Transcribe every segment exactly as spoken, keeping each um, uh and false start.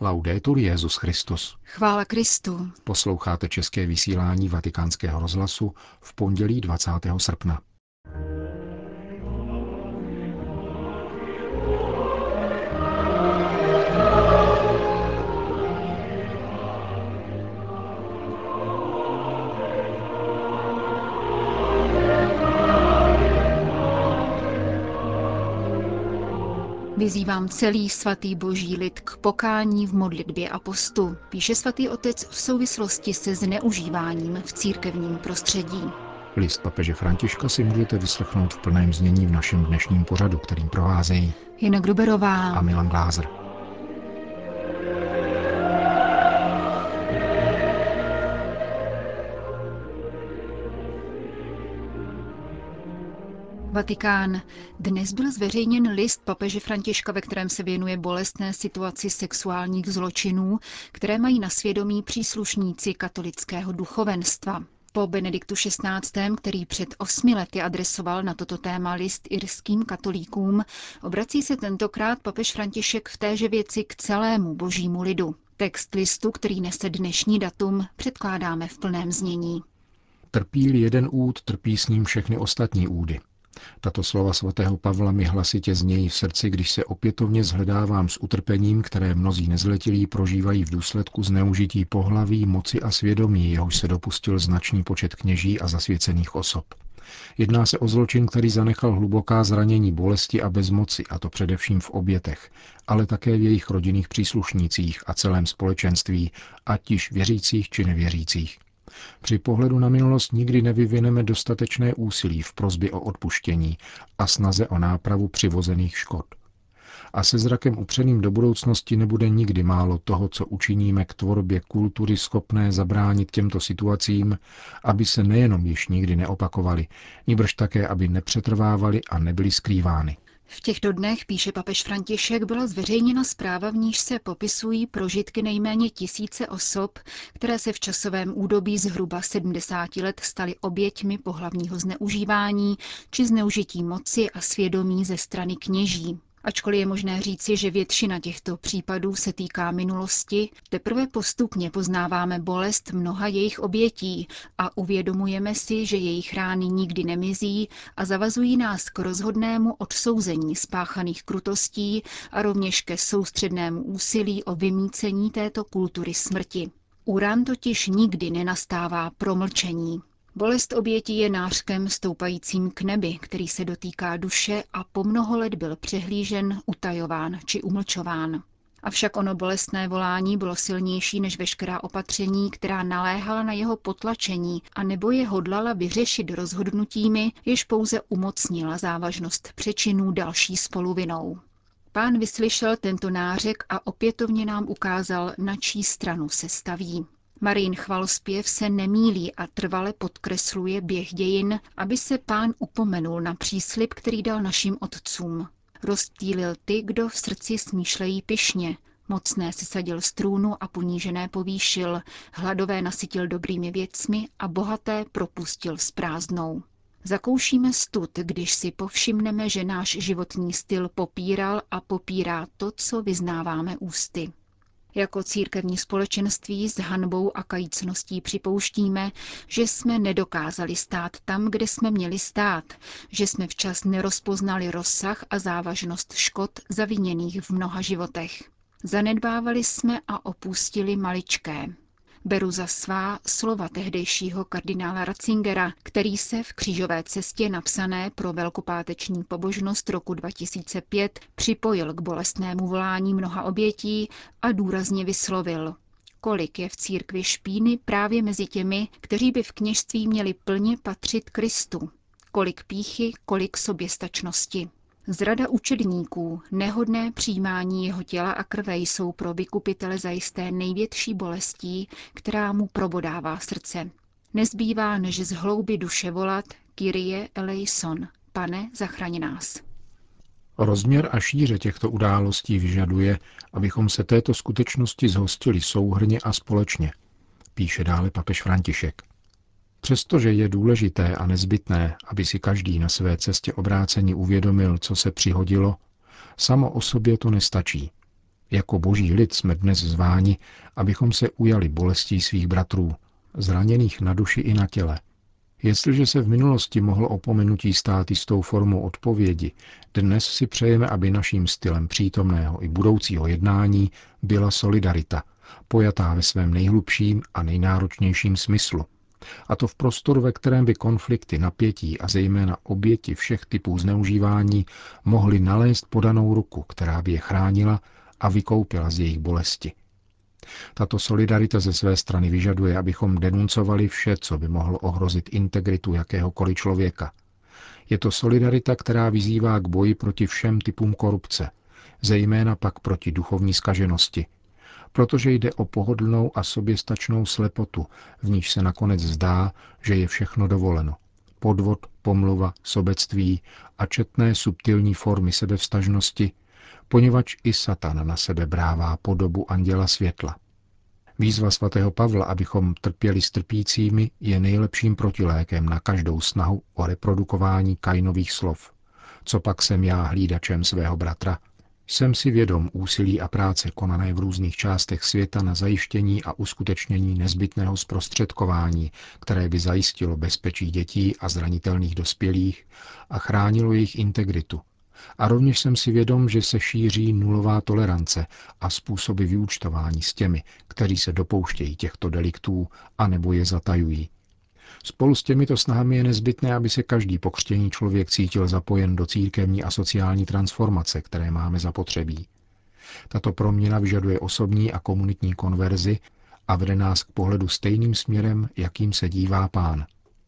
Laudetur Jesus Christus. Chvála Kristu. Posloucháte české vysílání Vatikánského rozhlasu v pondělí dvacátého srpna. Vyzývám celý svatý boží lid k pokání v modlitbě a postu, píše svatý otec v souvislosti se zneužíváním v církevním prostředí. List papeže Františka si můžete vyslechnout v plném znění v našem dnešním pořadu, kterým provázejí Jana Gruberová a Milan Glázer. Vatikán. Dnes byl zveřejněn list papeže Františka, ve kterém se věnuje bolestné situaci sexuálních zločinů, které mají na svědomí příslušníci katolického duchovenstva. Po Benediktu šestnáctém, který před osmi lety adresoval na toto téma list irským katolíkům, obrací se tentokrát papež František v téže věci k celému božímu lidu. Text listu, který nese dnešní datum, předkládáme v plném znění. Trpí-li jeden úd, trpí s ním všechny ostatní údy. Tato slova svatého Pavla mi hlasitě znějí v srdci, když se opětovně zhledávám s utrpením, které mnozí nezletilí prožívají v důsledku zneužití pohlaví, moci a svědomí, jehož se dopustil značný počet kněží a zasvěcených osob. Jedná se o zločin, který zanechal hluboká zranění, bolesti a bezmoci, a to především v obětech, ale také v jejich rodinných příslušnících a celém společenství, ať již věřících či nevěřících. Při pohledu na minulost nikdy nevyvineme dostatečné úsilí v prosbě o odpuštění a snaze o nápravu přivozených škod. A se zrakem upřeným do budoucnosti nebude nikdy málo toho, co učiníme k tvorbě kultury schopné zabránit těmto situacím, aby se nejenom již nikdy neopakovaly, nýbrž také, aby nepřetrvávaly a nebyly skrývány. V těchto dnech, píše papež František, byla zveřejněna zpráva, v níž se popisují prožitky nejméně tisíce osob, které se v časovém údobí zhruba sedmdesáti let staly oběťmi pohlavního zneužívání či zneužití moci a svědomí ze strany kněží. Ačkoliv je možné říci, že většina těchto případů se týká minulosti, teprve postupně poznáváme bolest mnoha jejich obětí a uvědomujeme si, že jejich rány nikdy nemizí a zavazují nás k rozhodnému odsouzení spáchaných krutostí a rovněž ke soustřednému úsilí o vymýcení této kultury smrti. Uran totiž nikdy nenastává promlčení. Bolest obětí je nářkem stoupajícím k nebi, který se dotýká duše a po mnoho let byl přehlížen, utajován či umlčován. Avšak ono bolestné volání bylo silnější než veškerá opatření, která naléhala na jeho potlačení a nebo je hodlala vyřešit rozhodnutími, jež pouze umocnila závažnost přečinů další spoluvinou. Pán vyslyšel tento nářek a opětovně nám ukázal, na čí stranu se staví. Marijin chvalozpěv se nemýlí a trvale podkresluje běh dějin, aby se Pán upomenul na příslib, který dal našim otcům. Rozptýlil ty, kdo v srdci smýšlejí pyšně, mocné si sadil z trůnu a ponížené povýšil, hladové nasytil dobrými věcmi a bohaté propustil s prázdnou. Zakoušíme stud, když si povšimneme, že náš životní styl popíral a popírá to, co vyznáváme ústy. Jako církevní společenství s hanbou a kajícností připouštíme, že jsme nedokázali stát tam, kde jsme měli stát, že jsme včas nerozpoznali rozsah a závažnost škod zaviněných v mnoha životech. Zanedbávali jsme a opustili maličké. Beru za svá slova tehdejšího kardinála Ratzingera, který se v Křížové cestě napsané pro velkopáteční pobožnost roku dva tisíce pět připojil k bolestnému volání mnoha obětí a důrazně vyslovil: kolik je v církvi špíny právě mezi těmi, kteří by v kněžství měli plně patřit Kristu. Kolik pýchy, kolik soběstačnosti. Zrada učedníků, nehodné přijímání jeho těla a krve jsou pro vykupitele zajisté největší bolestí, která mu probodává srdce. Nezbývá, než z hloubi duše volat: Kyrie eleison, Pane, zachraň nás. Rozměr a šíře těchto událostí vyžaduje, abychom se této skutečnosti zhostili souhrnně a společně, píše dále papež František. Přestože je důležité a nezbytné, aby si každý na své cestě obrácení uvědomil, co se přihodilo, samo o sobě to nestačí. Jako boží lid jsme dnes zváni, abychom se ujali bolestí svých bratrů, zraněných na duši i na těle. Jestliže se v minulosti mohlo opomenutí stát jistou formou odpovědi, dnes si přejeme, aby naším stylem přítomného i budoucího jednání byla solidarita, pojatá ve svém nejhlubším a nejnáročnějším smyslu. A to v prostoru, ve kterém by konflikty, napětí a zejména oběti všech typů zneužívání mohly nalézt podanou ruku, která by je chránila a vykoupila z jejich bolesti. Tato solidarita ze své strany vyžaduje, abychom denuncovali vše, co by mohlo ohrozit integritu jakéhokoliv člověka. Je to solidarita, která vyzývá k boji proti všem typům korupce, zejména pak proti duchovní zkaženosti, protože jde o pohodlnou a soběstačnou slepotu, v níž se nakonec zdá, že je všechno dovoleno. Podvod, pomluva, sobectví a četné subtilní formy sebevztažnosti, poněvadž i Satan na sebe brává podobu anděla světla. Výzva svatého Pavla, abychom trpěli s trpícími, je nejlepším protilékem na každou snahu o reprodukování Kainových slov. Co pak jsem já hlídačem svého bratra? Jsem si vědom úsilí a práce konané v různých částech světa na zajištění a uskutečnění nezbytného zprostředkování, které by zajistilo bezpečí dětí a zranitelných dospělých a chránilo jejich integritu. A rovněž jsem si vědom, že se šíří nulová tolerance a způsoby vyúčtování s těmi, kteří se dopouštějí těchto deliktů anebo je zatajují. Spolu s těmito snahami je nezbytné, aby se každý pokřtěný člověk cítil zapojen do církevní a sociální transformace, které máme zapotřebí. Tato proměna vyžaduje osobní a komunitní konverzi a vede nás k pohledu stejným směrem, jakým se dívá Pán.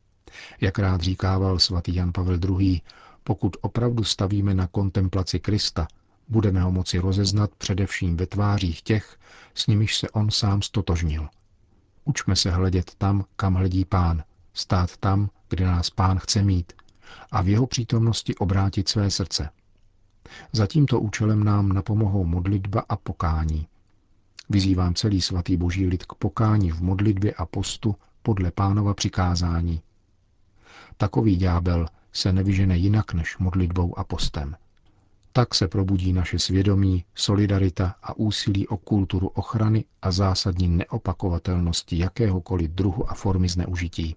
Jak rád říkával svatý Jan Pavel druhý., pokud opravdu stavíme na kontemplaci Krista, budeme ho moci rozeznat především ve tvářích těch, s nimiž se on sám stotožnil. Učme se hledět tam, kam hledí Pán, stát tam, kde nás Pán chce mít, a v jeho přítomnosti obrátit své srdce. Za tímto účelem nám napomohou modlitba a pokání. Vyzývám celý svatý boží lid k pokání v modlitbě a postu podle Pánova přikázání. Takový ďábel se nevyžene jinak než modlitbou a postem. Tak se probudí naše svědomí, solidarita a úsilí o kulturu ochrany a zásadní neopakovatelnosti jakéhokoliv druhu a formy zneužití.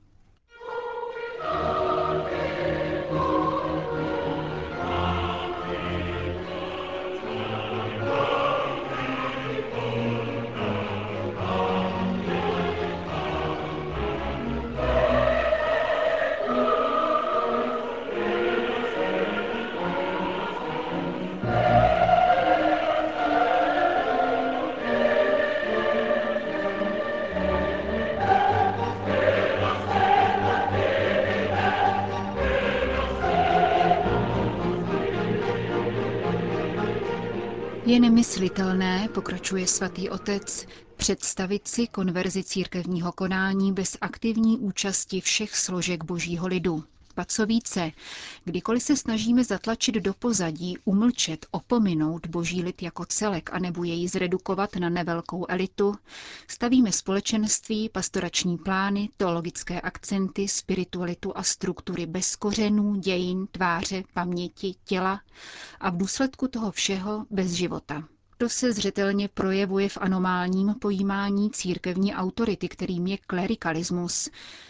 Je nemyslitelné, pokračuje svatý otec, představit si konverzi církevního konání bez aktivní účasti všech složek božího lidu. Ba co více, kdykoliv se snažíme zatlačit do pozadí, umlčet, opominout boží lid jako celek anebo jej zredukovat na nevelkou elitu, stavíme společenství, pastorační plány, teologické akcenty, spiritualitu a struktury bez kořenů, dějin, tváře, paměti, těla a v důsledku toho všeho bez života. To se zřetelně projevuje v anomálním pojímání církevní autority, kterým je klerikalismus,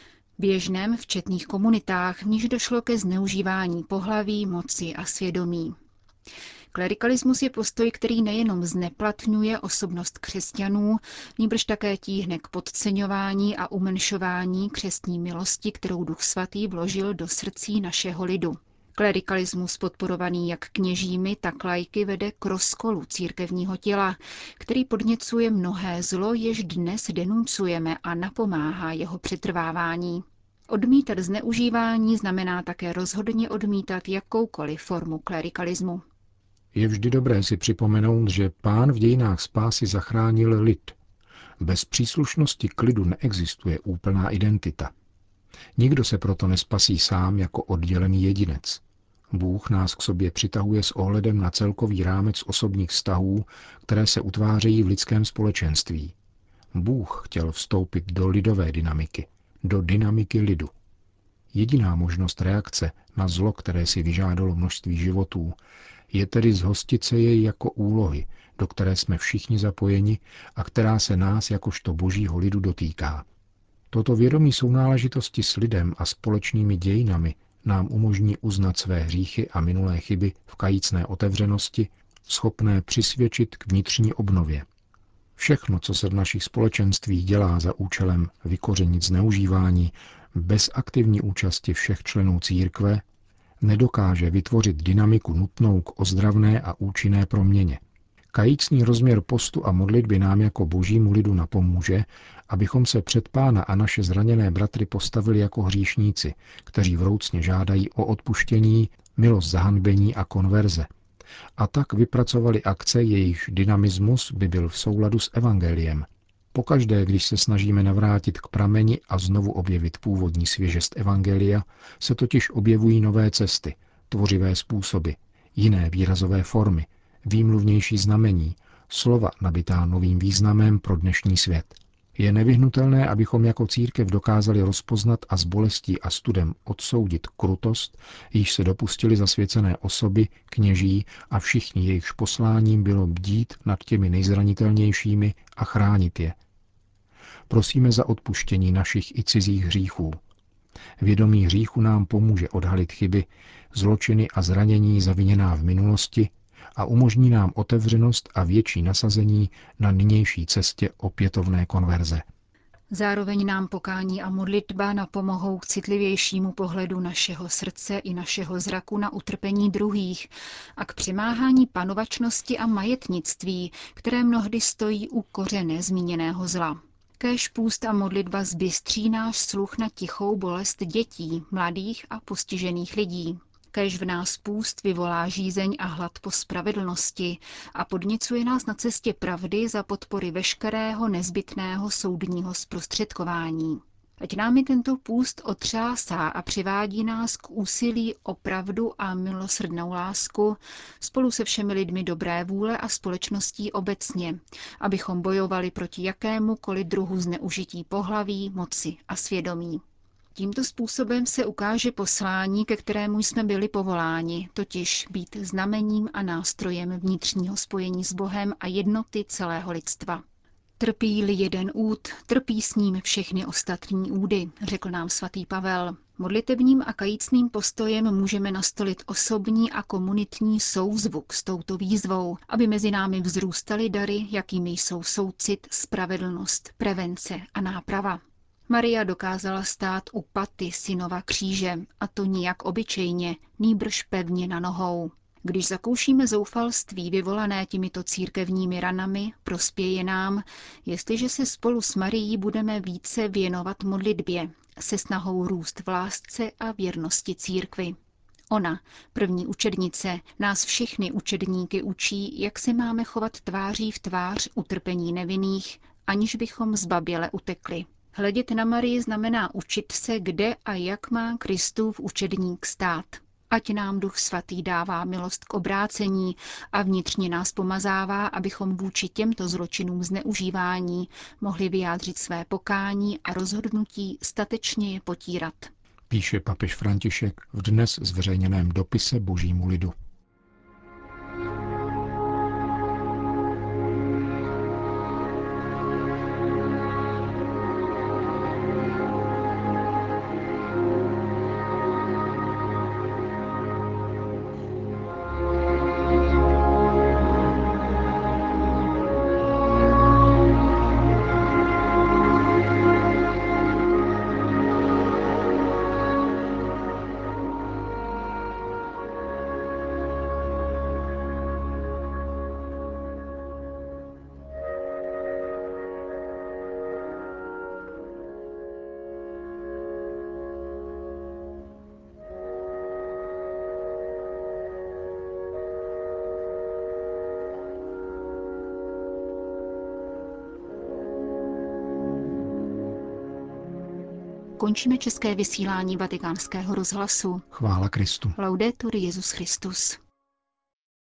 běžném v četných komunitách, v níž došlo ke zneužívání pohlaví, moci a svědomí. Klerikalismus je postoj, který nejenom zneplatňuje osobnost křesťanů, nýbrž také tíhne k podceňování a umenšování křestní milosti, kterou Duch Svatý vložil do srdcí našeho lidu. Klerikalismus podporovaný jak kněžími, tak laiky vede k rozkolu církevního těla, který podněcuje mnohé zlo, jež dnes denuncujeme a napomáhá jeho přetrvávání. Odmítat zneužívání znamená také rozhodně odmítat jakoukoliv formu klerikalismu. Je vždy dobré si připomenout, že Pán v dějinách spásy zachránil lid. Bez příslušnosti k lidu neexistuje úplná identita. Nikdo se proto nespasí sám jako oddělený jedinec. Bůh nás k sobě přitahuje s ohledem na celkový rámec osobních vztahů, které se utvářejí v lidském společenství. Bůh chtěl vstoupit do lidové dynamiky, do dynamiky lidu. Jediná možnost reakce na zlo, které si vyžádalo množství životů, je tedy zhostit se jej jako úlohy, do které jsme všichni zapojeni a která se nás jakožto božího lidu dotýká. Toto vědomí sounáležitosti s lidem a společnými dějinami nám umožní uznat své hříchy a minulé chyby v kajícné otevřenosti, schopné přisvědčit k vnitřní obnově. Všechno, co se v našich společenstvích dělá za účelem vykořenit zneužívání bez aktivní účasti všech členů církve, nedokáže vytvořit dynamiku nutnou k ozdravné a účinné proměně. Kajícný rozměr postu a modlitby nám jako božímu lidu napomůže, abychom se před Pána a naše zraněné bratry postavili jako hříšníci, kteří vroucně žádají o odpuštění, milost zahanbení a konverze. A tak vypracovali akce, jejichž dynamismus by byl v souladu s evangeliem. Pokaždé, když se snažíme navrátit k prameni a znovu objevit původní svěžest evangelia, se totiž objevují nové cesty, tvořivé způsoby, jiné výrazové formy, výmluvnější znamení, slova nabitá novým významem pro dnešní svět. Je nevyhnutelné, abychom jako církev dokázali rozpoznat a s bolestí a studem odsoudit krutost, již se dopustili zasvěcené osoby, kněží a všichni, jejichž posláním bylo bdít nad těmi nejzranitelnějšími a chránit je. Prosíme za odpuštění našich i cizích hříchů. Vědomí hříchu nám pomůže odhalit chyby, zločiny a zranění zaviněná v minulosti a umožní nám otevřenost a větší nasazení na nynější cestě opětovné konverze. Zároveň nám pokání a modlitba napomohou k citlivějšímu pohledu našeho srdce i našeho zraku na utrpení druhých a k přemáhání panovačnosti a majetnictví, které mnohdy stojí u kořene zmíněného zla. Kéž půst a modlitba zbystří náš sluch na tichou bolest dětí, mladých a postižených lidí. Kéž v nás půst vyvolá žízeň a hlad po spravedlnosti a podněcuje nás na cestě pravdy za podpory veškerého nezbytného soudního zprostředkování. Ať námi tento půst otřásá a přivádí nás k úsilí o pravdu a milosrdnou lásku spolu se všemi lidmi dobré vůle a společností obecně, abychom bojovali proti jakémukoliv druhu zneužití pohlaví, moci a svědomí. Tímto způsobem se ukáže poslání, ke kterému jsme byli povoláni, totiž být znamením a nástrojem vnitřního spojení s Bohem a jednoty celého lidstva. Trpí-li jeden úd, trpí s ním všechny ostatní údy, řekl nám svatý Pavel. Modlitevním a kajícným postojem můžeme nastolit osobní a komunitní souzvuk s touto výzvou, aby mezi námi vzrůstaly dary, jakými jsou soucit, spravedlnost, prevence a náprava. Maria dokázala stát u paty synova kříže, a to nijak obyčejně, nýbrž pevně na nohou. Když zakoušíme zoufalství vyvolané těmito církevními ranami, prospěje nám, jestliže se spolu s Marií budeme více věnovat modlitbě, se snahou růst v lásce a věrnosti církvi. Ona, první učednice, nás všechny učedníky učí, jak se máme chovat tváří v tvář utrpení nevinných, aniž bychom zbaběle utekli. Hledět na Marii znamená učit se, kde a jak má Kristův učedník stát. Ať nám Duch Svatý dává milost k obrácení a vnitřně nás pomazává, abychom vůči těmto zločinům zneužívání mohli vyjádřit své pokání a rozhodnutí statečně je potírat. Píše papež František v dnes zveřejněném dopise božímu lidu. Končíme české vysílání Vatikánského rozhlasu. Chvála Kristu. Laudetur Jesus Christus.